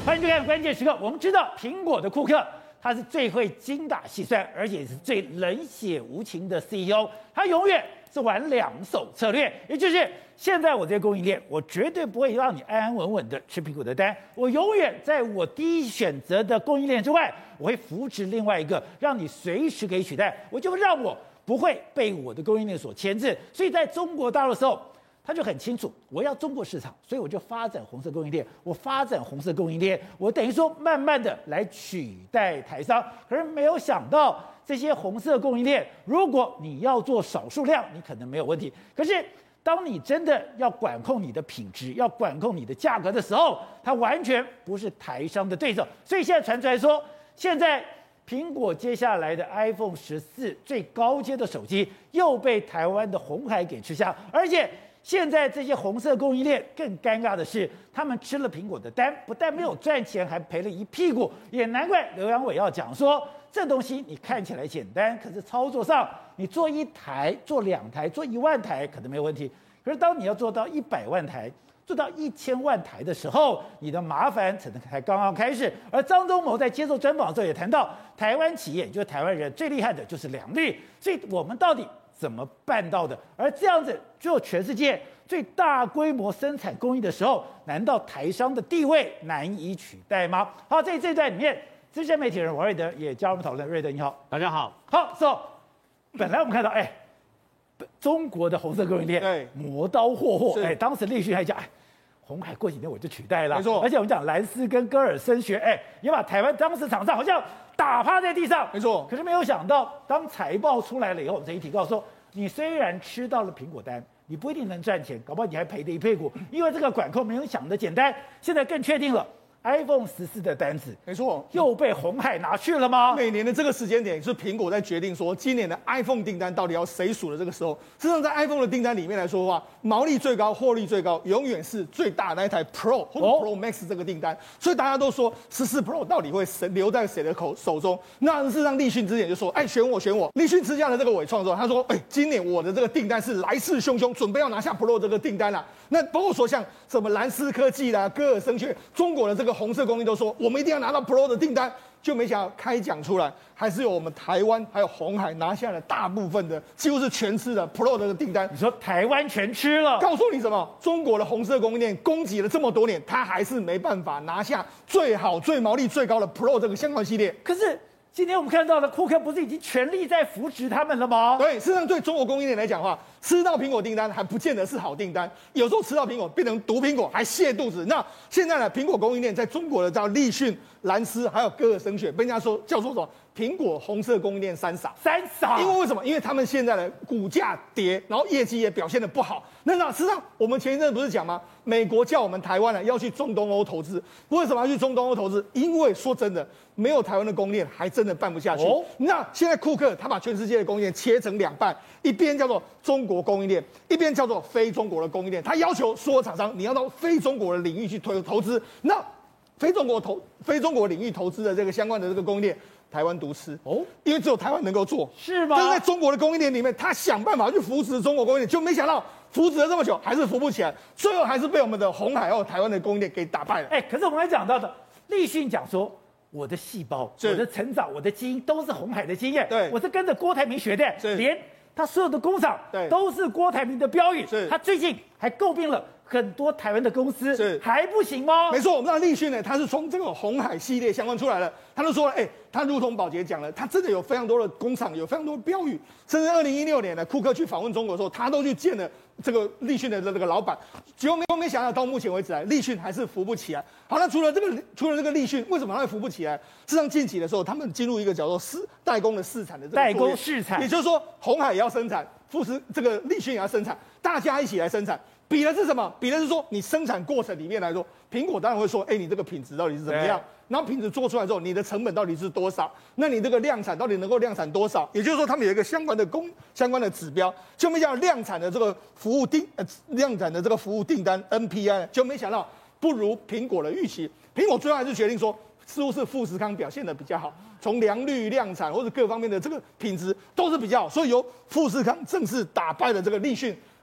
欢迎收看关键时刻。我们知道苹果的库克，他是最会精打细算，而且是最冷血无情的 CEO。他永远是玩两手策略，也就是现在我这些供应链，我绝对不会让你安安稳稳的吃苹果的单，我永远在我第一选择的供应链之外，我会扶持另外一个，让你随时可以取代，我就让我不会被我的供应链所牵制。所以在中国大陆的时候，他就很清楚，我要中国市场，所以我就发展红色供应链，我发展红色供应链，我等于说慢慢的来取代台商。可是没有想到，这些红色供应链，如果你要做少数量，你可能没有问题。可是当你真的要管控你的品质，要管控你的价格的时候，它完全不是台商的对手。所以现在传出来说，现在苹果接下来的 iPhone 14最高阶的手机又被台湾的鸿海给吃下，而且现在这些红色供应链更尴尬的是，他们吃了苹果的单，不但没有赚钱，还赔了一屁股。也难怪刘扬伟要讲说，这东西你看起来简单，可是操作上你做一台、做两台、做10000台可能没有问题，可是当你要做到100万台、做到1000万台的时候，你的麻烦可能才刚刚开始。而张忠谋在接受专访的时候也谈到，台湾企业就是台湾人最厉害的就是良率，所以我们到底怎么办到的？而这样子做全世界最大规模生产工艺的时候，难道台商的地位难以取代吗？好，这段里面，资深媒体人王瑞德也加入我们讨论。瑞德你好。 大家好。 好本来我们看到，中国的红色供应链磨刀霍霍，当时立讯还讲，鸿海过几年我就取代了， 没错。 而且我们讲蓝思跟歌尔声学，也把台湾当时厂商好像打趴在地上， 没错。 可是没有想到，当财报出来了以后，这一提告说，你虽然吃到了苹果单，你不一定能赚钱，搞不好你还赔得一屁股，因为这个管控没有想的简单。现在更确定了。iPhone 14的单子， 没错， 又被鸿海拿去了吗？ 每年的这个时间点是苹果在决定说，今年的 iPhone 订单到底要谁数的这个时候。事实上，在 iPhone 的订单里面来说的话，毛利最高、获利最高，永远是最大的那一台 Pro 或者 Pro Max 这个订单。所以大家都说14 Pro 到底会留在谁的手中？那事实上，立讯之前就说，选我，选我。立讯吃下了这个伟创之后，他说，今年我的这个订单是来势汹汹，准备要拿下 Pro 这个订单了。那包括说像什么蓝思科技啦、歌尔声学，中国的这个红色供应都说我们一定要拿到 Pro 的订单，就没想到开奖出来，还是由我们台湾还有鸿海拿下了大部分的，几乎是全吃的 Pro 的订单。 你说台湾全吃了？ 告诉你什么？中国的红色供应链攻击了这么多年，它还是没办法拿下最好、最毛利最高的 Pro 这个相关系列。 可是今天我们看到的库克不是已经全力在扶持他们了吗？ 对，事实上对中国供应链来讲的话，吃到苹果订单还不见得是好订单，有时候吃到苹果变成毒苹果，还泻肚子。那现在呢，苹果供应链在中国的叫立讯、蓝思还有歌尔声学，被人家说叫做什么？苹果红色供应链三傻。因为为什么？因为他们现在的股价跌，然后业绩也表现得不好。那事实上，我们前一阵不是讲吗？美国叫我们台湾要去中东欧投资，为什么要去中东欧投资？因为说真的，没有台湾的供应链，还真的办不下去。那现在库克他把全世界的供应链切成两半，一边叫做中国供应链，一边叫做非中国的供应链。他要求所有厂商你要到非中国的领域去投资。那非中国领域投资的这个相关的这个供应链，台湾独吃因为只有台湾能够做， 是吗？ 但是在中国的供应链里面，他想办法去扶持中国供应链，就没想到扶持了这么久，还是扶不起来，最后还是被我们的鸿海还有台湾的供应链给打败了。 可是我们还讲到的，立讯讲说，我的细胞、我的成长、我的基因都是鸿海的经验， 对， 我是跟着郭台铭学的，连他所有的工厂都是郭台铭的标语，他最近还诟病了很多台湾的公司，还不行吗？ 没错，我们知道立讯呢，他是从这个鸿海系列相关出来的，他就说了，他如同宝洁讲了，他真的有非常多的工厂，有非常多的标语，甚至2016年呢，库克去访问中国的时候，他都去见了这个立讯的这个老板，结果没想到到目前为止立讯还是扶不起来。好，那除了这个立讯，为什么他会扶不起来？事实上近期的时候，他们进入一个叫做代工的试产的这个代工试产， 也就是说鸿海也要生产，富士这个立讯也要生产，大家一起来生产。比的是什么？比的是说，你生产过程里面来说，苹果当然会说，你这个品质到底是怎么样？然后品质做出来之后，你的成本到底是多少？那你这个量产到底能够量产多少？也就是说，他们有一个相关的指标，就没想到量产的这个服务订单 NPI 就没想到不如苹果的预期。苹果最后还是决定说，似乎是富士康表现的比较好，从良率、量产或者各方面的这个品质都是比较好，所以由富士康正式打败了这个立讯。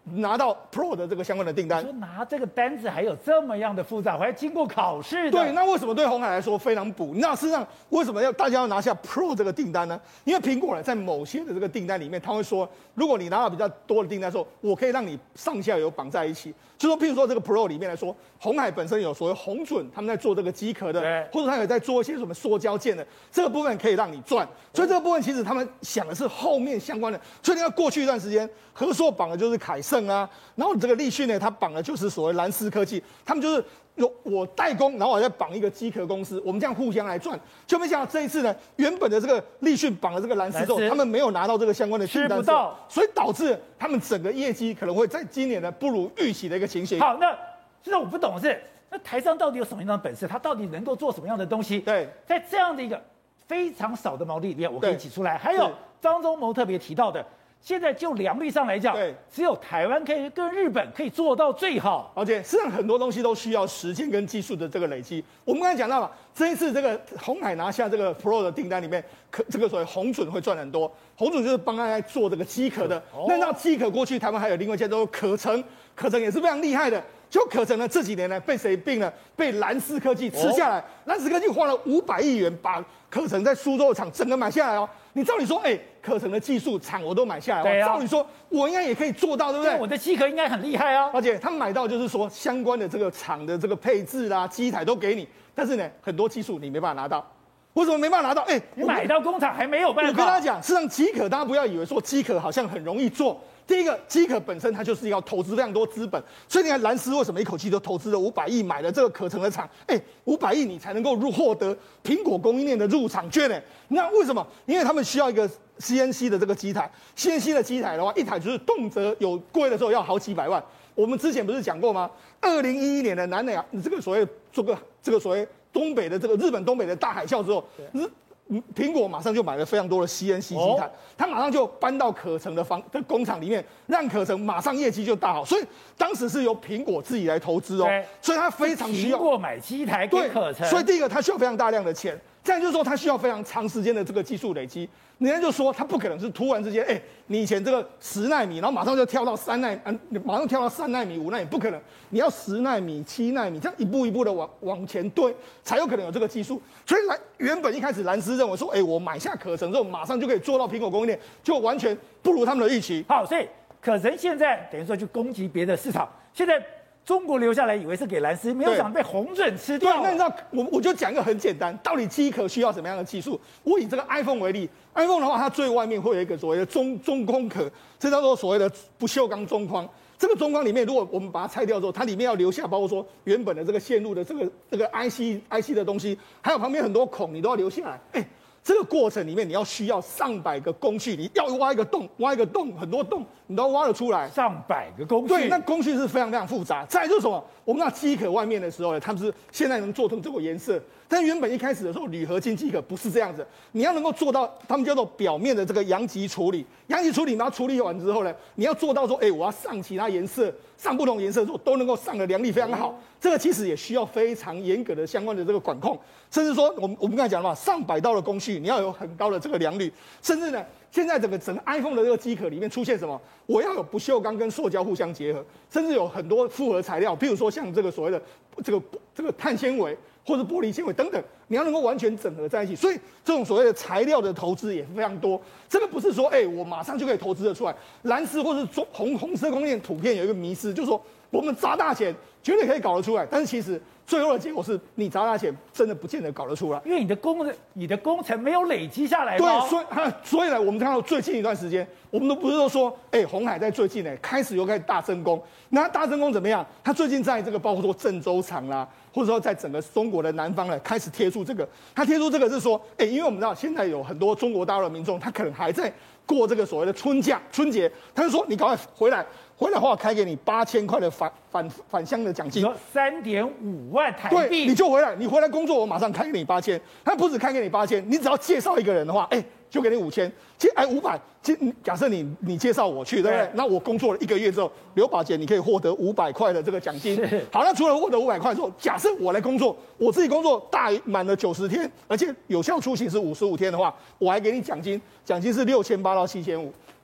拿到 Pro 的这个相关的订单。 说拿这个单子还有这么样的复杂，还经过考试的。 对，那为什么对鸿海来说非常补？那事实上为什么大家要拿下 Pro 这个订单呢？因为苹果呢在某些的这个订单里面，他会说，如果你拿到比较多的订单的时候，我可以让你上下游绑在一起。就说譬如说这个 Pro 里面来说，鸿海本身有所谓鸿准，他们在做这个机壳的，或者他有在做一些什么塑胶件的，这个部分可以让你赚。所以这个部分其实他们想的是后面相关的。所以你要过去一段时间，和硕绑的就是凯盛啊，然后这个立讯呢，它绑的就是所谓蓝思科技，他们就是我代工，然后我再绑一个机壳公司，我们这样互相来赚。就没想到这一次呢，原本的这个立讯绑了这个蓝思之后，他们没有拿到这个相关的订单，所以导致他们整个业绩可能会在今年呢不如预期的一个情形。 好，那现在我不懂的是，那台商到底有什么样的本事？他到底能够做什么样的东西？ 对， 在这样的一个非常少的毛利里面，我可以挤出来。还有张忠谋特别提到的。现在就良率上来讲，只有台湾可以跟日本可以做到最好。 而且，事实上很多东西都需要时间跟技术的这个累积。我们刚才讲到了，这一次这个鸿海拿下这个 Pro 的订单里面，这个所谓鸿准会赚很多。鸿准就是帮他来做这个机壳的。那机壳过去台湾还有另外一家叫做可成，可成也是非常厉害的。就可成呢这几年呢被谁并了？被蓝思科技吃下来。蓝思科技花了500亿元把可成在苏州的厂整个买下来哦。你照理说，可成的技术厂我都买下来，照理说我应该也可以做到，对不对？ 我的机壳应该很厉害啊。 而且他们买到就是说相关的这个厂的这个配置啦、机台都给你，但是呢很多技术你没办法拿到。为什么没办法拿到？ 你买到工厂还没有办法。 我跟他讲，事实上机壳大家不要以为说机壳好像很容易做。第一个，机壳本身它就是要投资非常多资本，所以你看蓝思为什么一口气就投资了500亿买了这个可成的厂？500亿你才能够获得苹果供应链的入场券呢？那为什么？因为他们需要一个 CNC 的这个机台 ，CNC 的机台的话，一台就是动辄有贵的时候要好几百万。我们之前不是讲过吗？2011年的南亚这个所谓这个所谓东北的这个日本东北的大海啸之后，苹果马上就买了非常多的 CNC 机台，他马上就搬到可成的工厂里面，让可成马上业绩就大好。所以当时是由苹果自己来投资哦，所以他非常需要苹果买机台给可成。 所以第一个，他需要非常大量的钱。再来就是说，他需要非常长时间的这个技术累积。人家就说，他不可能是突然之间，你以前这个10奈米，然后马上就跳到3奈米，马上跳到3奈米、5奈米，不可能。你要10奈米、7奈米，这样一步一步的往前堆，才有可能有这个技术。所以原本一开始蓝思认为说，我买下可成之后，马上就可以做到苹果供应链，就完全不如他们的预期。 好，所以可成现在等于说去攻击别的市场，现在中国留下来以为是给蓝思，没有想被鸿准吃掉。 对，那你知道我就讲一个很简单，到底机壳需要什么样的技术？我以这个 iPhone 为例 ，iPhone 的话，它最外面会有一个所谓的中空壳，这叫做所谓的不锈钢中框。这个中框里面，如果我们把它拆掉之后，它里面要留下，包括说原本的这个线路的这个 IC 的东西，还有旁边很多孔，你都要留下来。这个过程里面，你要需要上百个工序，你要挖一个洞，很多洞，你都要挖得出来。 上百个工序， 对，那工序是非常非常复杂。再来就是什么？我们那机壳外面的时候呢，他们是现在能做成这种颜色，但原本一开始的时候，铝合金机壳不是这样子。你要能够做到，他们叫做表面的这个阳极处理。阳极处理，然后处理完之后呢，你要做到说，我要上其他颜色，上不同颜色的时候都能够上的良率非常好。这个其实也需要非常严格的相关的这个管控，甚至说我们刚才讲了嘛，上百道的工序，你要有很高的这个良率，甚至呢，现在整个 iPhone 的这个机壳里面出现什么？我要有不锈钢跟塑胶互相结合，甚至有很多复合材料，譬如说像这个所谓的这个碳纤维或者玻璃纤维等等，你要能够完全整合在一起。所以这种所谓的材料的投资也非常多。这个不是说我马上就可以投资得出来。蓝思或是红色供应链普遍有一个迷思，就是说我们砸大钱绝对可以搞得出来，但是其实最后的结果是你砸大钱真的不见得搞得出来， 因为你的工程没有累积下来。 对，所以呢，我们看到最近一段时间，我们不是都说，鸿海在最近呢开始大增工。那大增工怎么样？他最近在这个包括说郑州厂啦，或者说在整个中国的南方呢，开始贴出这个。他贴出这个是说，因为我们知道现在有很多中国大陆的民众，他可能还在过这个所谓的春节，他就说你赶快回来的话，开给你8000块的返乡的奖金 ，3.5万台币。 对，你就回来，你回来工作，我马上开给你8000。他不止开给你8000，你只要介绍一个人的话，就给你5000。500。假设你介绍我去，对不对？那我工作了1个月之后，刘宝杰你可以获得500块的这个奖金。好，那除了获得500块之后，假设我来工作，我自己工作满了90天，而且有效出勤是55天的话，我还给你奖金，奖金是6800到7500。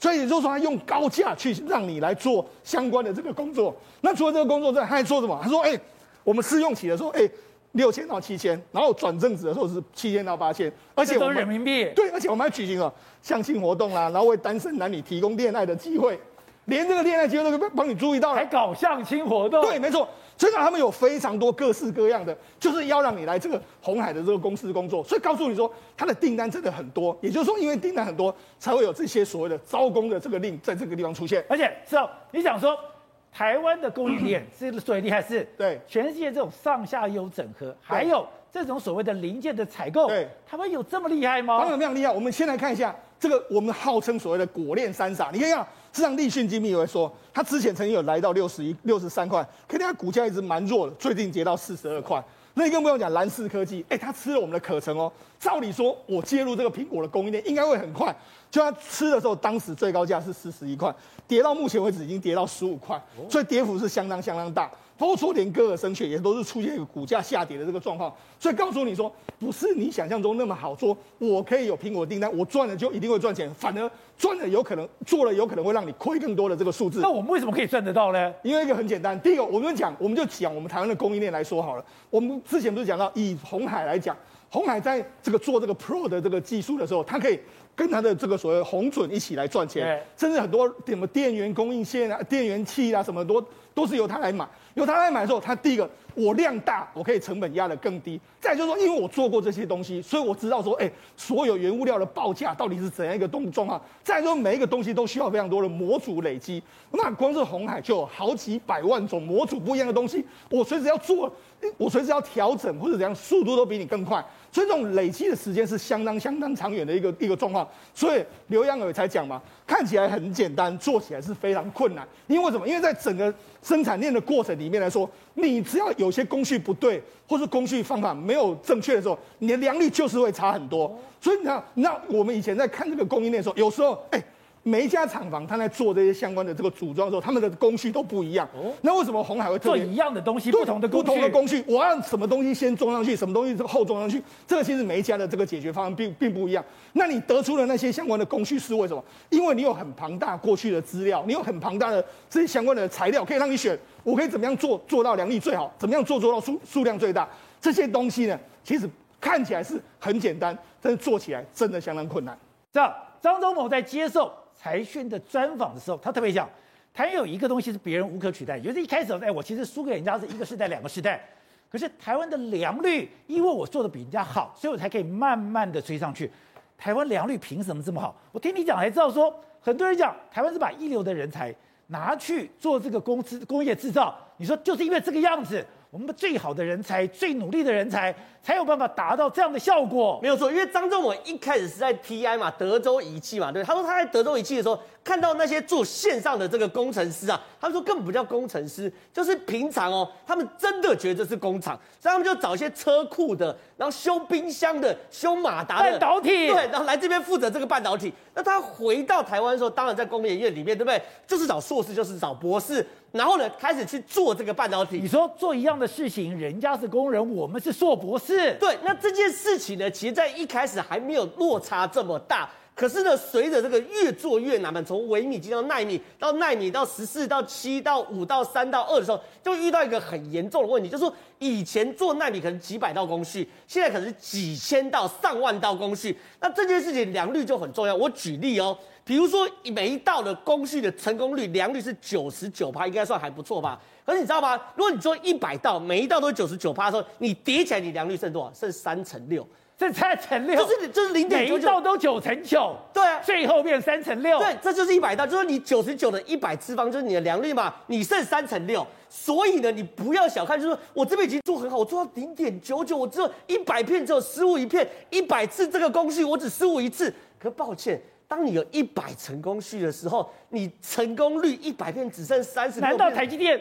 所以也就是说，他用高价去让你来做相关的这个工作。那除了这个工作之外，他还做什么？他说，我们试用期的时候，6000到7000，然后转正职的时候是7000到8000，而且这都是人民币。 对，而且我们还举行了相亲活动啦，然后为单身男女提供恋爱的机会，连这个恋爱机会都帮你注意到了， 还搞相亲活动。 对，没错。所以他们有非常多各式各样的，就是要让你来这个鸿海的这个公司工作。所以告诉你说，他的订单真的很多，也就是说，因为订单很多，才会有这些所谓的招工的这个令在这个地方出现。 而且是哦，你想说台湾的供应链是最厉害是， 对， 全世界这种上下游整合，还有这种所谓的零件的采购， 对， 台湾有这么厉害吗？ 当然非常厉害。我们先来看一下这个，我们号称所谓的果链三傻，你可以看，事实上立讯精密也会说，他之前曾经有来到63块，可是它股价一直蛮弱的，最近跌到42块。那你更不用讲蓝思科技，它吃了我们的可成哦。照理说，我介入这个苹果的供应链应该会很快，就它吃的时候，当时最高价是41块，跌到目前为止已经跌到15块，所以跌幅是相当大。包括说连歌尔声学也都是出现一个股价下跌的这个状况，所以告诉你说，不是你想象中那么好说，我可以有苹果订单，我赚了就一定会赚钱，反而赚了有可能做了有可能会让你亏更多的这个数字。 那我们为什么可以赚得到呢？ 因为一个很简单，第一个我们就讲我们台湾的供应链来说好了，我们之前不是讲到以鸿海来讲，鸿海在这个做这个 Pro 的这个技术的时候，它可以跟它的这个所谓鸿准一起来赚钱，甚至很多什么电源供应线啊、电源器啊什么都是由它来买。由它来买的时候，它第一个我量大，我可以成本压得更低。再来就是说，因为我做过这些东西，所以我知道说，所有原物料的报价到底是怎样一个状况。再来说，每一个东西都需要非常多的模组累积。那光是鸿海就有好几百万种模组不一样的东西，我随时要做，我随时要调整或者怎样，速度都比你更快。所以这种累积的时间是相当长远的一个状况。所以刘扬伟才讲嘛，看起来很简单，做起来是非常困难。因为什么？因为在整个生产链的过程里面来说，你只要有些工序不对，或是工序方法没有正确的时候，你的良率就是会差很多。所以你看，那我们以前在看这个供应链的时候，有时候每一家厂房他在做这些相关的这个组装的时候，他们的工序都不一样。那为什么鸿海会特别做一样的东西，不同的工序？ 我要什么东西先装上去，什么东西后装上去？这个其实每一家的这个解决方案并不一样。那你得出的那些相关的工序是为什么？因为你有很庞大过去的资料，你有很庞大的这些相关的材料可以让你选。我可以怎么样做到良率最好？怎么样做到数量最大？这些东西呢，其实看起来是很简单，但是做起来真的相当困难。 这样，张忠谋在接受财讯的专访的时候，他特别讲，台湾有一个东西是别人无可取代，就是一开始我其实输给人家是一个世代、2个世代，可是台湾的良率，因为我做的比人家好，所以我才可以慢慢的追上去。台湾良率凭什么这么好？我听你讲才知道说，很多人讲台湾是把一流的人才拿去做这个工业制造，你说就是因为这个样子，我们的最好的人才、最努力的人才，才有办法达到这样的效果。 没有错，因为张忠谋一开始是在 TI 嘛，德州仪器嘛，对，他说他在德州仪器的时候，看到那些做线上的这个工程师啊，他说根本不叫工程师，就是平常哦，他们真的觉得这是工厂，所以他们就找一些车库的，然后修冰箱的、修马达的、 半导体， 对，然后来这边负责这个半导体。那他回到台湾的时候，当然在工研院里面，对不对？就是找硕士，就是找博士。然后呢，开始去做这个半导体。 你说做一样的事情，人家是工人，我们是硕博士。 对，那这件事情呢，其实在一开始还没有落差这么大。可是呢，随着这个越做越难嘛，从微米进到奈米，到奈米到14到7到5到3到2的时候，就遇到一个很严重的问题，就是说以前做奈米可能几百道工序，现在可能是几千到上万道工序。那这件事情良率就很重要。我举例哦。比如说每一道的工序的成功率、良率是99%，应该算还不错吧？可是你知道吗？如果你做100道，每一道都是99%的时候，你叠起来，你良率剩多少？剩3乘6， 这3乘6， 就是0.99， 每一道都9乘9， 对啊， 最后变3乘6， 对，这就是100道，就是你99的100次方就是你的良率嘛，你剩3乘6，所以呢，你不要小看，就是说我这边已经做很好，我做到0.99，我只有100片只有失误1片，100次这个工序我只失误1次，可抱歉。当你有100成功序的时候，你成功率100片只剩36片。 难道台积电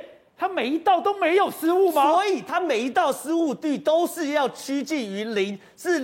他每一道都没有失误吗？ 所以他每一道失误率都是要趋近于0，是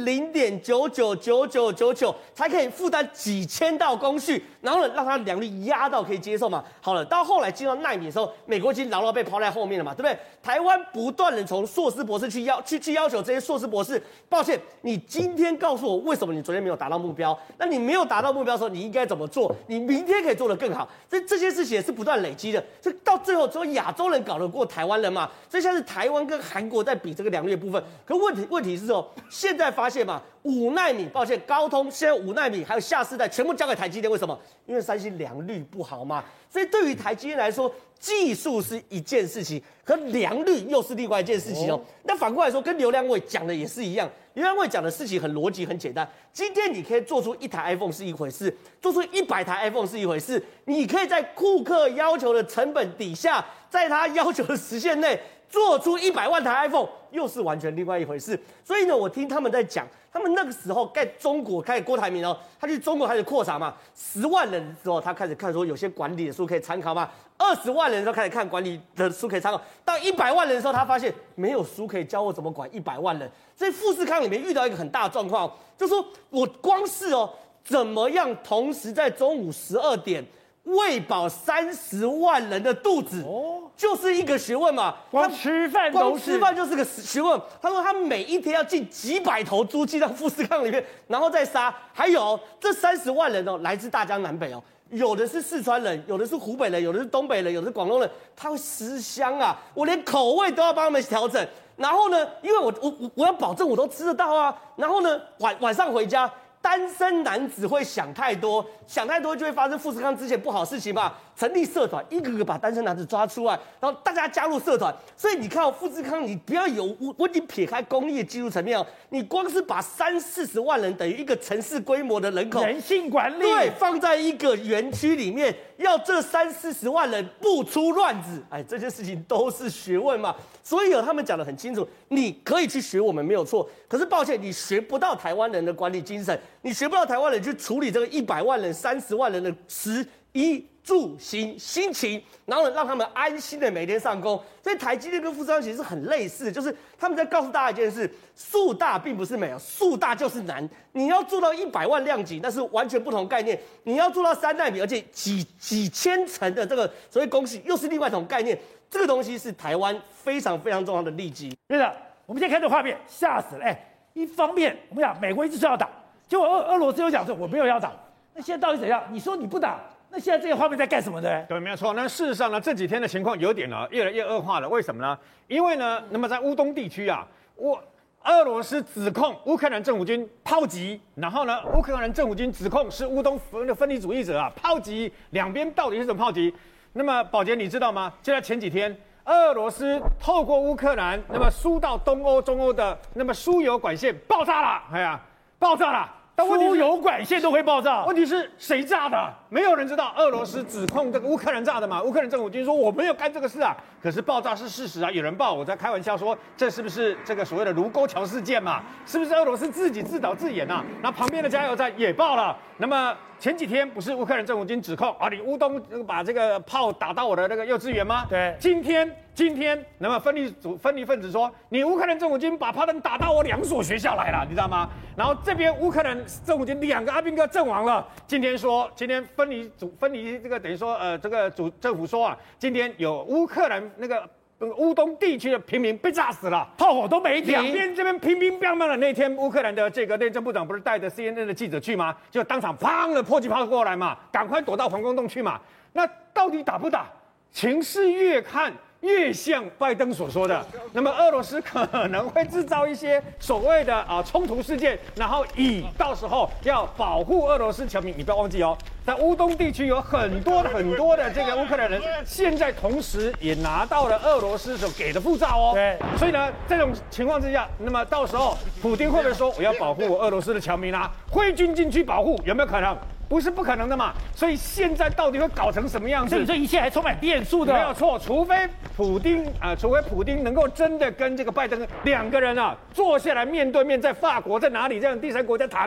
0.999999才可以负担几千道工序，然后呢让他良率压到可以接受嘛。好了，到后来进到奈米的时候，美国已经牢牢被抛在后面了嘛，对不对？台湾不断的从硕士博士去要求这些硕士博士，抱歉，你今天告诉我为什么你昨天没有达到目标？那你没有达到目标的时候，你应该怎么做？你明天可以做得更好。这些事情也是不断累积的，这到最后只有亚洲人搞得过台湾人嘛？所以现在是台湾跟韩国在比这个良率的部分。可问题是现在发现嘛，5奈米，抱歉，高通现在5奈米还有下世代全部交给台积电，为什么？因为三星良率不好嘛。所以对于台积电来说，技术是一件事情，可良率又是另外一件事情哦。那反过来说，跟刘良伟讲的也是一样。刘良伟讲的事情很逻辑很简单。今天你可以做出1台 iPhone 是一回事，做出100台 iPhone 是一回事。你可以在库克要求的成本底下，在他要求的时限内做出100万台 iPhone， 又是完全另外一回事。所以呢，我听他们在讲，他们那个时候在中国开始郭台铭他去中国开始扩厂嘛，10万人的时候他开始看说有些管理的书可以参考嘛，20万人的时候开始看管理的书可以参考，到100万人的时候他发现没有书可以教我怎么管100万人。所以富士康里面遇到一个很大的状况，就是说我光是怎么样同时在中午12点喂饱30万人的肚子，就是一个学问嘛。 光吃饭就是个学问。他说他每一天要进几百头猪进到富士康里面，然后再杀。还有这30万人来自大江南北有的是四川人，有的是湖北人，有的是东北人，有的是广东人，他会思乡啊，我连口味都要帮他们调整。然后呢，因为我要保证我都吃得到啊。然后呢，晚上回家，单身男子会想太多就会发生富士康之前不好的事情嘛。成立社团，一个个把单身男子抓出来，然后大家加入社团。所以你看富士康，你不要我已经撇开工业技术层面你光是把30-40万人等于一个城市规模的人口， 人性管理， 对，放在一个园区里面，要这30-40万人不出乱子，这些事情都是学问嘛。所以他们讲得很清楚，你可以去学我们没有错，可是抱歉，你学不到台湾人的管理精神，你学不到台湾人去处理这个100万人、30万人的食衣住行心情，然后呢让他们安心的每天上工。所以台积电跟富士康其实很类似，就是他们在告诉大家一件事：树大并不是美，树大就是难。你要做到100万量级，那是完全不同概念；你要做到3奈米，而且几千层的这个所谓工序，又是另外一种概念。这个东西是台湾非常非常重要的利基。 对的，我们现在看这个画面，吓死了！一方面我们讲美国一直说要打，结果俄罗斯又讲说我没有要打，那现在到底怎样？你说你不打？那现在这个画面在干什么呢？ 对，没有错。那事实上呢，这几天的情况有点越来越恶化了。为什么呢？因为呢，那么在乌东地区俄罗斯指控乌克兰政府军炮击，然后呢，乌克兰政府军指控是乌东分离主义者炮击，两边到底是怎么炮击？那么宝杰你知道吗？就在前几天，俄罗斯透过乌克兰，那么输到东欧、中欧的那么输油管线爆炸了，爆炸了。 输油管线都会爆炸， 问题是谁炸的？没有人知道。俄罗斯指控这个乌克兰炸的嘛？乌克兰政府军说我没有干这个事啊，可是爆炸是事实啊。有人报，我在开玩笑说这是不是这个所谓的卢沟桥事件嘛？是不是俄罗斯自己自导自演啊？那旁边的加油站也爆了。那么前几天不是乌克兰政府军指控你乌东把这个炮打到我的那个幼稚园吗？ 对， 今天，那么分离分子说你乌克兰政府军把炮弹打到我2所学校来了，你知道吗？然后这边乌克兰政府军2个阿兵哥阵亡了。今天分离这个等于说这个政府说今天有乌克兰那个乌东地区的平民被炸死了， 炮火都没停， 两边这边乒乒乓乓的。那天乌克兰的这个内政部长不是带着 CNN 的记者去吗？就当场砰的迫击炮过来嘛，赶快躲到防空洞去嘛。那到底打不打？情势越看越像拜登所说的，那么俄罗斯可能会制造一些所谓的冲突事件，然后到时候要保护俄罗斯侨民。你不要忘记在乌东地区有很多的这个乌克兰人，现在同时也拿到了俄罗斯所给的护照对， 所以呢，这种情况之下，那么到时候普丁会不会说我要保护我俄罗斯的侨民挥军进去保护，有没有可能？不是不可能的嘛，所以现在到底会搞成什么样子？ 所以这一切还充满变数的。 没有错，除非普丁能够真的跟这个拜登2个人坐下来面对面，在法国在哪里这样第三国家谈嘛。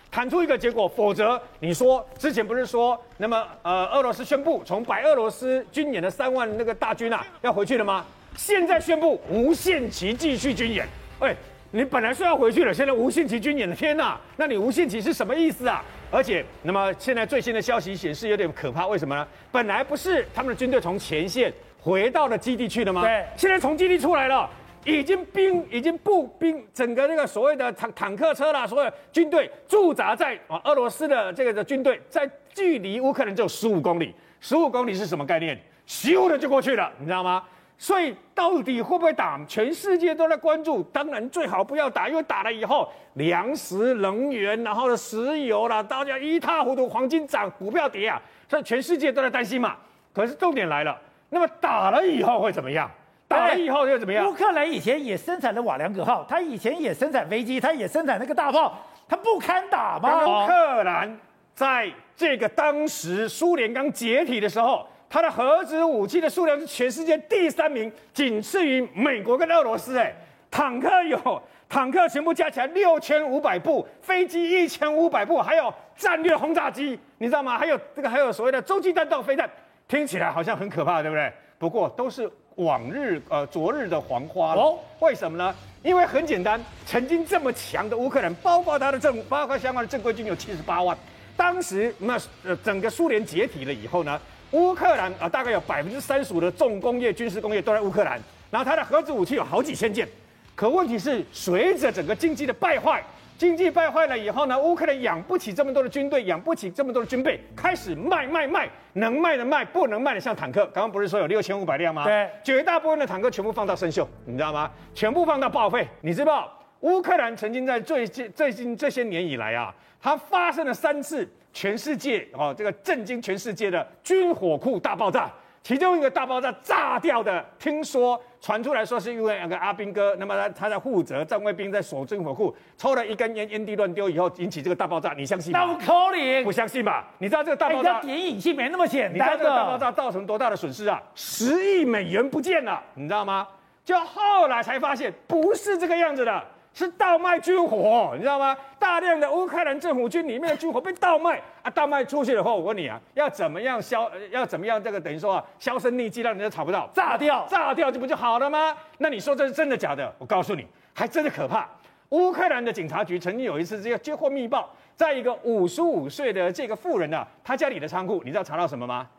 谈出一个结果，否则你说之前不是说，那么俄罗斯宣布从白俄罗斯军演的3万那个大军啊要回去了吗？现在宣布无限期继续军演，你本来说要回去了，现在无限期军演了，天哪！那你无限期是什么意思啊？而且，那么现在最新的消息显示有点可怕，为什么呢？本来不是他们的军队从前线回到了基地去了吗？ 对， 现在从基地出来了。已经步兵，整个那个所谓的坦克车啦，所有军队驻扎在俄罗斯的这个军队，在距离乌克兰只有15公里，15公里是什么概念？咻的就过去了，你知道吗？所以到底会不会打？全世界都在关注。当然最好不要打，因为打了以后，粮食、能源，然后石油啦，大家一塌糊涂，黄金涨，股票跌啊，所以全世界都在担心嘛。可是重点来了，那么打了以后会怎么样？打了以后又怎么样？ 乌克兰以前也生产了瓦良格号，他以前也生产飞机，他也生产那个大炮，他不堪打吗？ 乌克兰在这个当时苏联刚解体的时候，它的核子武器的数量是全世界第3名，仅次于美国跟俄罗斯。坦克全部加起来6500部，飞机1500部，还有战略轰炸机，你知道吗？还有所谓的洲际弹道飞弹，听起来好像很可怕，对不对？不过都是昨日的黄花了。为什么呢？因为很简单，曾经这么强的乌克兰，包括相关的正规军有78万。当时整个苏联解体了以后呢，乌克兰大概有35%的重工业、军事工业都在乌克兰，然后它的核子武器有好几千件。可问题是，随着整个经济的败坏，经济败坏了以后呢，乌克兰养不起这么多的军队，养不起这么多的军备，开始卖，能卖的卖，不能卖的像坦克。刚刚不是说有6500辆吗？ 对， 绝大部分的坦克全部放到生锈，你知道吗？全部放到报废。你知道乌克兰曾经在最近这些年以来啊，它发生了3次全世界这个震惊全世界的军火库大爆炸。其中一个大爆炸炸掉的，听说传出来说是因为那个阿兵哥，那么他在负责站卫兵在守军火库，抽了一根烟，烟蒂乱丢以后引起这个大爆炸，你相信吗？ 那不可能， 不相信吧？你知道这个大爆炸点引信没那么简单的。 你知道这个大爆炸造成多大的损失啊？10亿美元不见了，你知道吗？就后来才发现不是这个样子的。是盗卖军火，你知道吗？大量的乌克兰政府军里面的军火被盗卖盗卖出去以后，我问你啊，要怎么样这个等于说销声匿迹，让人家查不到，炸掉这不就好了吗？那你说这是真的假的？我告诉你，还真的可怕。乌克兰的警察局曾经有一次接获密报，在一个55岁的这个妇人她家里的仓库，你知道查到什么吗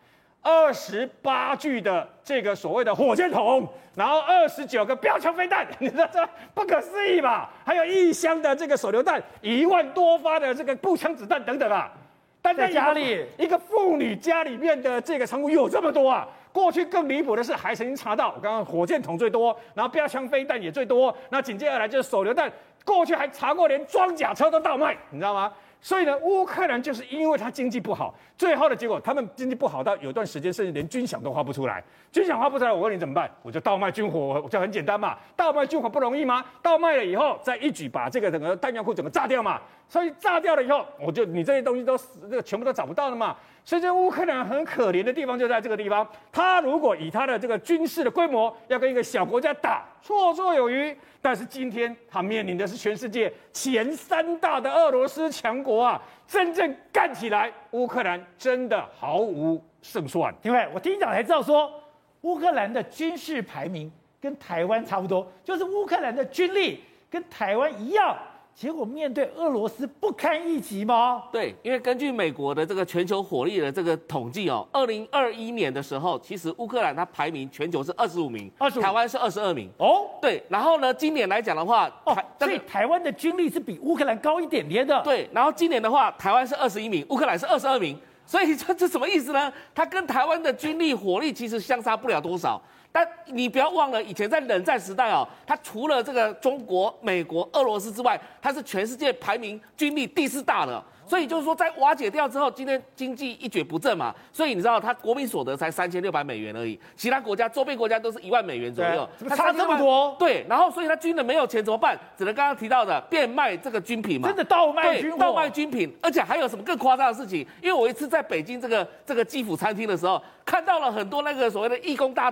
？28具的这个所谓的火箭筒，然后29个标枪飞弹，你知道这不可思议吧？还有1箱的这个手榴弹，1万多发的这个步枪子弹等等啊！但在家里一个妇女家里面的这个仓库有这么多啊！过去更离谱的是，还曾经查到，我刚刚火箭筒最多，然后标枪飞弹也最多，那紧接而来就是手榴弹，过去还查过连装甲车都倒卖，你知道吗？所以呢，乌克兰就是因为它经济不好，最后的结果，他们经济不好到有段时间甚至连军饷都花不出来。军饷花不出来，我问你怎么办？我就盗卖军火，就很简单嘛。盗卖军火不容易吗？盗卖了以后，再一举把这个整个弹药库整个炸掉嘛。所以炸掉了以后，你这些东西都全部都找不到了嘛。所以这乌克兰很可怜的地方就在这个地方，他如果以他的这个军事的规模要跟一个小国家打，绰绰有余。但是今天他面临的是全世界前3大的俄罗斯强国啊，真正干起来，乌克兰真的毫无胜算。 因为我听讲才知道说，乌克兰的军事排名跟台湾差不多，就是乌克兰的军力跟台湾一样。结果面对俄罗斯不堪一击吗？ 对，因为根据美国的这个全球火力的这个统计2021年的时候，其实乌克兰它排名全球是25名，25，台湾是22名。对，然后呢，今年来讲的话， 所以台湾的军力是比乌克兰高一点点的。 对，然后今年的话，台湾是21名，乌克兰是22名，所以这什么意思呢？它跟台湾的军力火力其实相差不了多少。但你不要忘了，以前在冷战时代它除了这个中国、美国、俄罗斯之外，它是全世界排名军力第4大的。所以就是说，在瓦解掉之后，今天经济一蹶不振嘛，所以你知道它国民所得才3600美元而已，其他国家周边国家都是1万美元左右， 怎么差这么多？ 对，然后所以他军人没有钱怎么办？只能刚刚提到的变卖这个军品嘛， 真的倒卖军火， 倒卖军品，而且还有什么更夸张的事情？因为我一次在北京这个基辅餐厅的时候，看到了很多那个所谓的义工大队的人，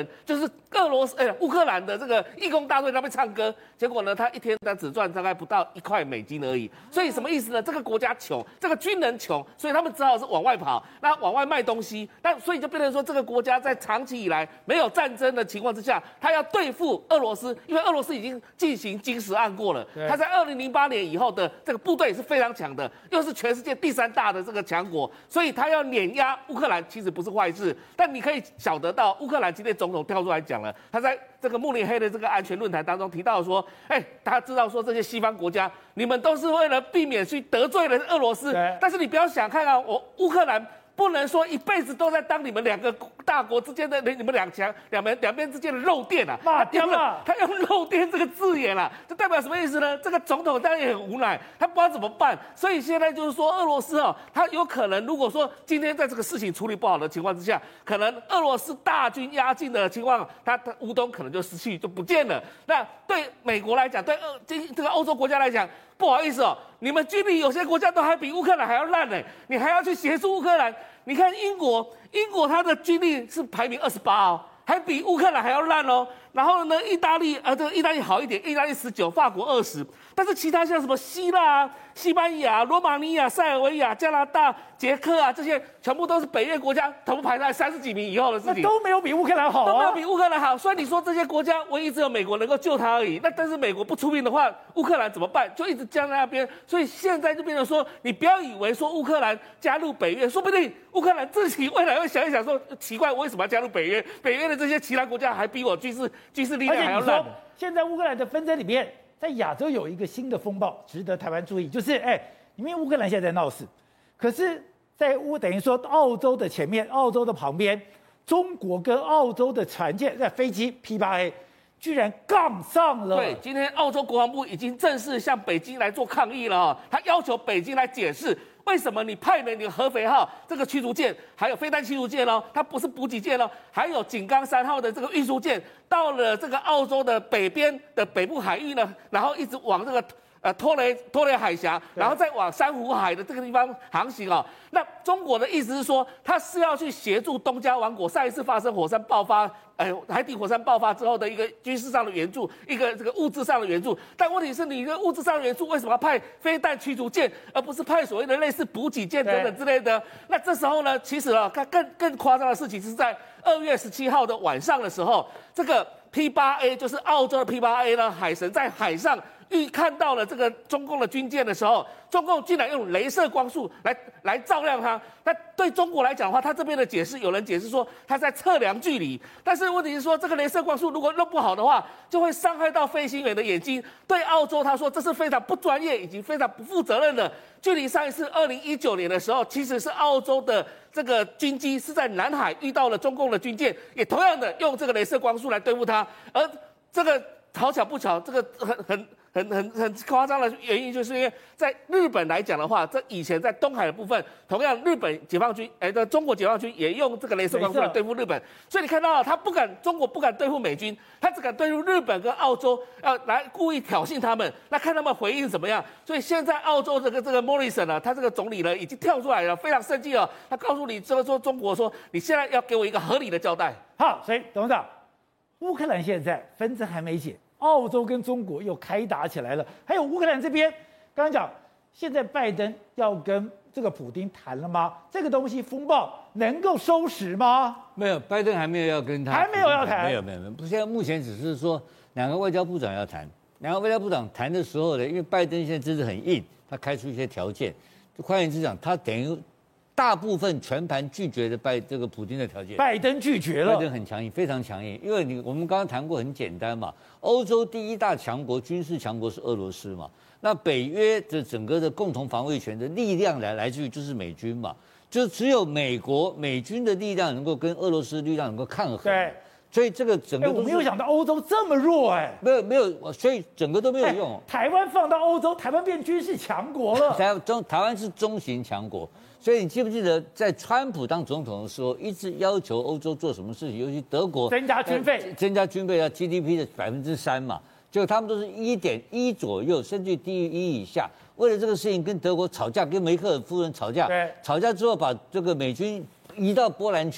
人，就是乌克兰的这个义工大队那边唱歌，结果呢，他一天只赚大概不到1块美金而已。所以什么意思呢？这个国家穷，这个军人穷，所以他们只好是往外跑，那往外卖东西。那所以就变成说，这个国家在长期以来没有战争的情况之下，他要对付俄罗斯，因为俄罗斯已经进行金石案过了。他在2008年以后的这个部队是非常强的，又是全世界第3大的这个强国，所以他要碾压乌克兰，其实不是坏事。但你可以晓得到，乌克兰今天总统跳出来讲了，他在这个慕尼黑的这个安全论坛当中提到说，大家知道说这些西方国家，你们都是为了避免去得罪了俄罗斯，但是你不要想看啊，乌克兰不能说一辈子都在当你们2个大国之间的你们两边之间的肉垫啊，他用肉垫这个字眼啊，这代表什么意思呢？这个总统当然也很无奈，他不知道怎么办，所以现在就是说俄罗斯他有可能如果说今天在这个事情处理不好的情况之下，可能俄罗斯大军压境的情况，他乌东可能就失去就不见了。那对美国来讲，对这个欧洲国家来讲，不好意思你们军力有些国家都还比乌克兰还要烂呢，你还要去协助乌克兰。你看英国它的军力是排名28还比乌克兰还要烂哦。然后呢，意大利好一点，意大利19，法国20，但是其他像什么希腊啊、西班牙、罗马尼亚、塞尔维亚、加拿大、捷克啊，这些全部都是北约国家，同排在30几名以后的事情， 都没有比乌克兰好都没有比乌克兰好。所以你说这些国家唯一只有美国能够救他而已。那但是美国不出兵的话，乌克兰怎么办？就一直僵在那边。所以现在就变成说，你不要以为说乌克兰加入北约，说不定乌克兰自己未来会想一想说，奇怪，我为什么要加入北约？北约的这些其他国家还比我军事力量还要烂。 现在乌克兰的纷争里面，在亚洲有一个新的风暴，值得台湾注意，就是因为乌克兰现在在闹事，可是在等于说澳洲的前面、澳洲的旁边，中国跟澳洲的船舰在飞机 P8A 居然杠上了。 对，今天澳洲国防部已经正式向北京来做抗议了他要求北京来解释。为什么你派了你的合肥号这个驱逐舰，还有飞弹驱逐舰它不是补给舰还有井冈3号的这个运输舰，到了这个澳洲的北边的北部海域呢，然后一直往这个托雷海峡，然后再往珊瑚海的这个地方航行那中国的意思是说，他是要去协助东加王国上一次发生火山爆发。海底火山爆发之后的一个军事上的援助，一个这个物质上的援助，但问题是你的物质上的援助为什么要派飞弹驱逐舰，而不是派所谓的类似补给舰等等之类的？那这时候呢，其实更夸张的事情是在2月17号的晚上的时候，这个 P8A 就是澳洲的 P8A 呢，海神在海上看到了这个中共的军舰的时候，中共竟然用雷射光束来照亮它。那对中国来讲的话，它这边的解释，有人解释说它在测量距离，但是问题是说这个雷射光束如果弄不好的话，就会伤害到飞行员的眼睛。对澳洲，他说这是非常不专业以及非常不负责任的。距离上一次2019年的时候，其实是澳洲的这个军机是在南海遇到了中共的军舰，也同样的用这个雷射光束来对付它，而这个好巧不巧，这个很夸张的原因，就是因为在日本来讲的话，这以前在东海的部分，同样日本解放军，中国解放军也用这个雷射光束来对付日本，所以你看到中国不敢对付美军，他只敢对付日本跟澳洲，来故意挑衅他们，那看他们回应怎么样。所以现在澳洲这个 Morrison 他这个总理呢已经跳出来了，非常生气他告诉你说中国说，你现在要给我一个合理的交代。 好，所以董事长，乌克兰现在纷争还没解。澳洲跟中国又开打起来了，还有乌克兰这边，刚刚讲，现在拜登要跟这个普丁谈了吗？这个东西风暴能够收拾吗？ 没有，拜登还没有要跟他， 还没有要谈， 没有，现在目前只是说2个外交部长要谈，2个外交部长谈的时候呢，因为拜登现在真的很硬，他开出一些条件，就换言之讲，他等于大部分全盘拒绝的这个普丁的条件， 拜登拒绝了， 拜登很强硬，非常强硬，因为我们刚刚谈过，很简单嘛，欧洲第1大强国、军事强国是俄罗斯嘛，那北约的整个的共同防卫权的力量来自于就是美军嘛，就只有美军的力量能够跟俄罗斯力量能够抗衡， 对， 所以这个整个我没有想到欧洲这么弱没有，所以整个都没有用。 台湾放到欧洲，台湾变军事强国了。 台湾是中型强国，所以你记不记得在川普当总统的时候，一直要求欧洲做什么事情，尤其德国增加军费， 要 GDP 的3%嘛，结果他们都是1.1左右，甚至低于1以下。为了这个事情跟德国吵架，跟梅克尔夫人吵架，吵架之后把这个美军移到波兰去了。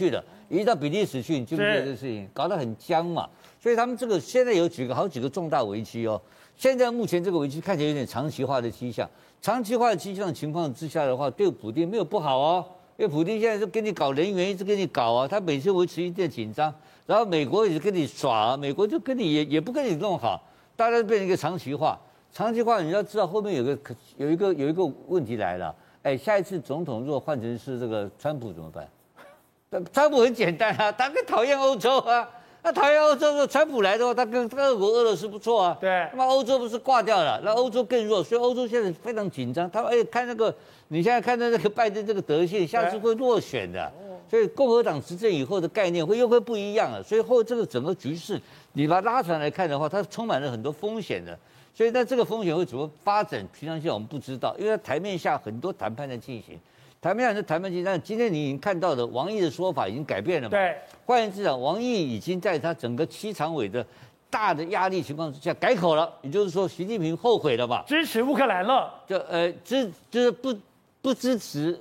移到比利时去，你记不记得这个事情？搞得很僵嘛。所以他们这个现在有好几个重大危机哦。现在目前这个危机看起来有点长期化的迹象，长期化的迹象情况之下的话，对普丁没有不好哦，因为普丁现在是跟你搞人员，一直跟你搞啊，他每次维持一定的紧张，然后美国也是跟你耍，美国就跟你也不跟你弄好，大家变成一个长期化。长期化你要知道后面有一个问题来了，哎，下一次总统如果换成是这个川普怎么办？川普很简单啊，他更讨厌欧洲啊。那讨厌欧洲的川普来的话，他跟俄国、俄罗斯不错啊。 对。 那么欧洲不是挂掉了，那欧洲更弱，所以欧洲现在非常紧张。他们看那个，你现在看到这个拜登这个德性，下次会落选的。所以共和党执政以后的概念又会不一样了。所以这个整个局势，你把它拉出来看的话，它充满了很多风险的。所以在这个风险会怎么发展，平常现在我们不知道，因为在台面下很多谈判在进行。台面上是谈判进行，但今天你已经看到的王毅的说法已经改变了嘛？ 对， 换言之讲，王毅已经在他整个7常委的大的压力情况之下改口了，也就是说，习近平后悔了吧？ 支持乌克兰了， 就是不支持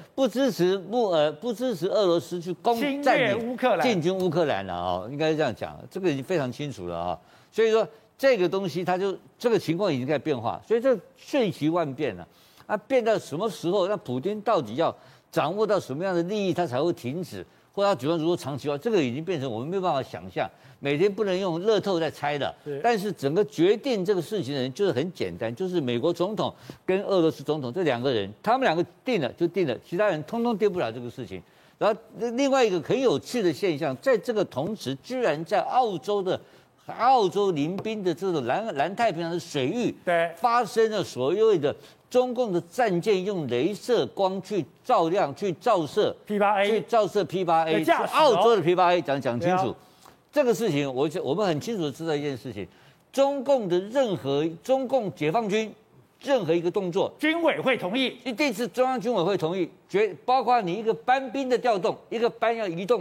俄罗斯去占领乌克兰、 进军乌克兰了啊，应该是这样讲，这个已经非常清楚了啊。所以说这个东西，这个情况已经在变化，所以这瞬息万变了。那变到什么时候？那普丁到底要掌握到什么样的利益，他才会停止，或者他举办如果长期化，这个已经变成我们没有办法想象，每天不能用乐透在猜的。但是整个决定这个事情的人就是很简单，就是美国总统跟俄罗斯总统这两个人，他们两个定了就定了，其他人通通定不了这个事情。然后另外一个很有趣的现象，在这个同时，居然在澳洲临滨的这种南太平洋的水域， 对， 发生了所谓的中共的战舰用雷射光去照亮、去照射 P8A， 去照射 P8A， 是澳洲的 P8A， 讲清楚。这个事情，我们很清楚的知道一件事情：中共解放军任何一个动作， 军委会同意， 一定是中央军委会同意，包括你一个班兵的调动，一个班要移动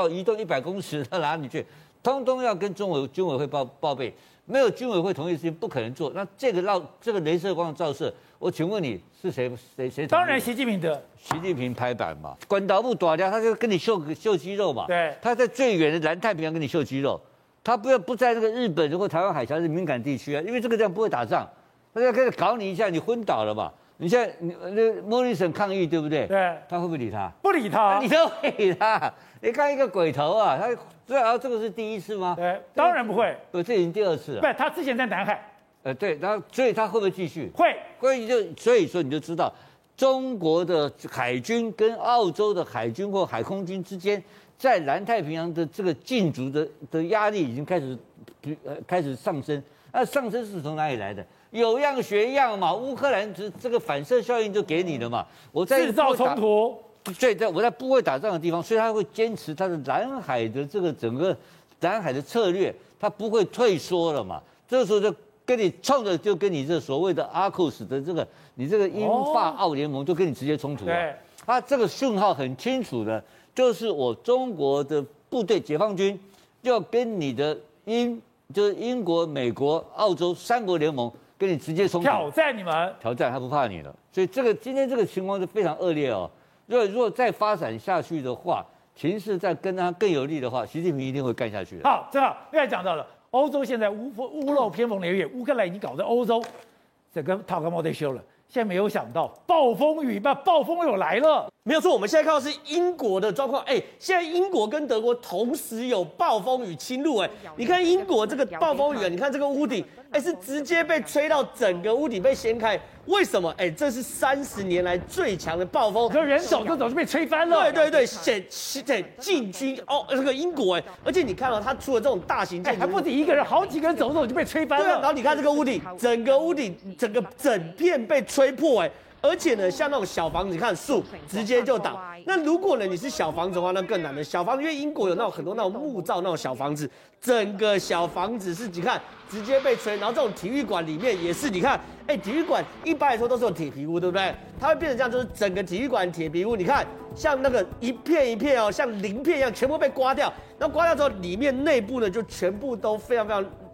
100公尺到哪里去。通通要跟军委会报备，没有军委会同意的事情不可能做。那这个雷射光的照射，我请问你是谁？ 当然习近平的。 习近平拍板嘛，管导部打掉，他就跟你秀肌肉嘛。 对。他在最远的南太平洋跟你秀肌肉，他不在那个日本或台湾海峡是敏感地区啊，因为这个这样不会打仗，他就开始搞你一下，你昏倒了嘛。你现在莫里森抗议对不对？ 对。 他会不会理他？ 不理他。 你都会理他？你看一个鬼头啊，这个是第一次吗？ 对，当然不会。 这已经第2次了。 不，他之前在南海。 对，然后所以他会不会继续？ 会。 所以说你就知道，中国的海军跟澳洲的海军或海空军之间，在南太平洋的这个竞逐的压力已经开始上升。那上升是从哪里来的？有样学样嘛，乌克兰这个反射效应就给你了嘛。我在制造冲突。 对，我在不会打仗的地方，所以他会坚持他的南海的这个整个南海的策略，他不会退缩了嘛。这个时候就跟你冲着，就跟你这所谓的阿库斯的你这个英法澳联盟就跟你直接冲突了。 对， 他这个讯号很清楚的，就是我中国的部队解放军要跟你的就是英国、美国、澳洲3国联盟跟你直接冲突， 挑战你们， 他不怕你了。所以今天这个情况是非常恶劣哦。如果再发展下去的话，情势再跟他更有利的话，习近平一定会干下去的。 好，正好刚才讲到了，欧洲现在屋漏偏逢连夜，乌克兰已经搞得欧洲整个讨个毛得修了。现在没有想到暴风雨来了。 没有错，我们现在看到是英国的状况。现在英国跟德国同时有暴风雨侵入。你看英国这个暴风雨，你看这个屋顶，是直接被吹到整个屋顶被掀开。为什么？这是30年来最强的暴风， 可人手都早就被吹翻了。 对，进军这个英国。而且你看到它出了这种大型建筑， 还不止一个人，好几个人走就被吹翻了。 对，然后你看这个屋顶，整片被吹破。而且呢，像那种小房子，你看树直接就倒。那如果呢你是小房子的话，那更难了。小房子，因为英国有很多那种木造那种小房子，整个小房子是你看直接被吹。然后这种体育馆里面也是，你看，体育馆一般来说都是有铁皮屋，对不对？它会变成这样，就是整个体育馆铁皮屋，你看像那个一片一片像鳞片一样，全部被刮掉。那刮掉之后，里面内部呢就全部都非常非常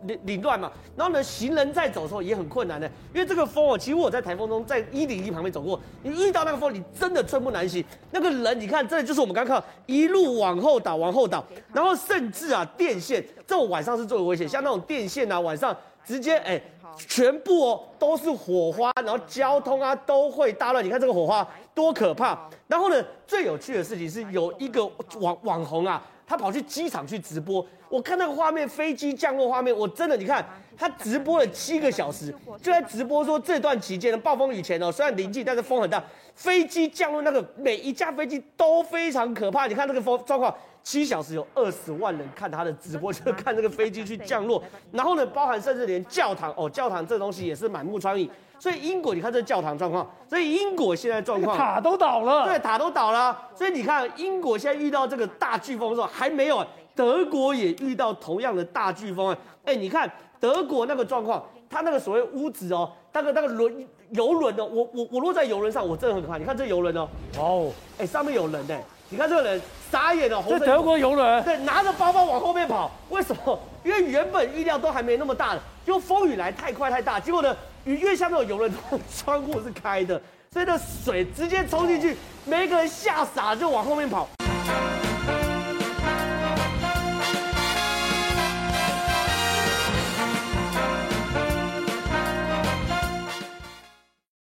凌乱嘛。然后呢，行人在走的时候也很困难的，因为这个风哦，其实我在台风中在101旁边走过，你遇到那个风，你真的寸步难行。那个人，你看，真的就是我们刚刚看到一路往后倒，然后甚至啊，电线这种晚上是最为危险，像那种电线啊，晚上直接全部哦都是火花，然后交通啊都会大乱。你看这个火花多可怕！然后呢，最有趣的事情是有一个网红啊，他跑去机场去直播。我看那个画面，飞机降落画面，我真的，你看他直播了7个小时，就在直播说这段期间的暴风雨前哦，虽然临近，但是风很大，飞机降落那个每一架飞机都非常可怕。你看这个风状况。7小时有20万人看他的直播，就是看这个飞机去降落。然后呢，包含甚至连教堂教堂这东西也是满目疮痍。所以英国，你看这教堂状况，所以英国现在状况， 塔都倒了， 对，塔都倒了。所以你看，英国现在遇到这个大飓风的时候还没有，德国也遇到同样的大飓风。你看德国那个状况，它那个所谓屋子哦，那个游轮哦，我落在游轮上，我真的很可怕。你看这游轮哦，上面有人你看这个人傻眼了， 这德国游轮， 对，拿着包包往后面跑，为什么？因为原本预料都还没那么大的，就风雨来太快太大，结果呢，因为下面有游轮，窗户是开的，所以那水直接冲进去，每一个人吓傻了就往后面跑。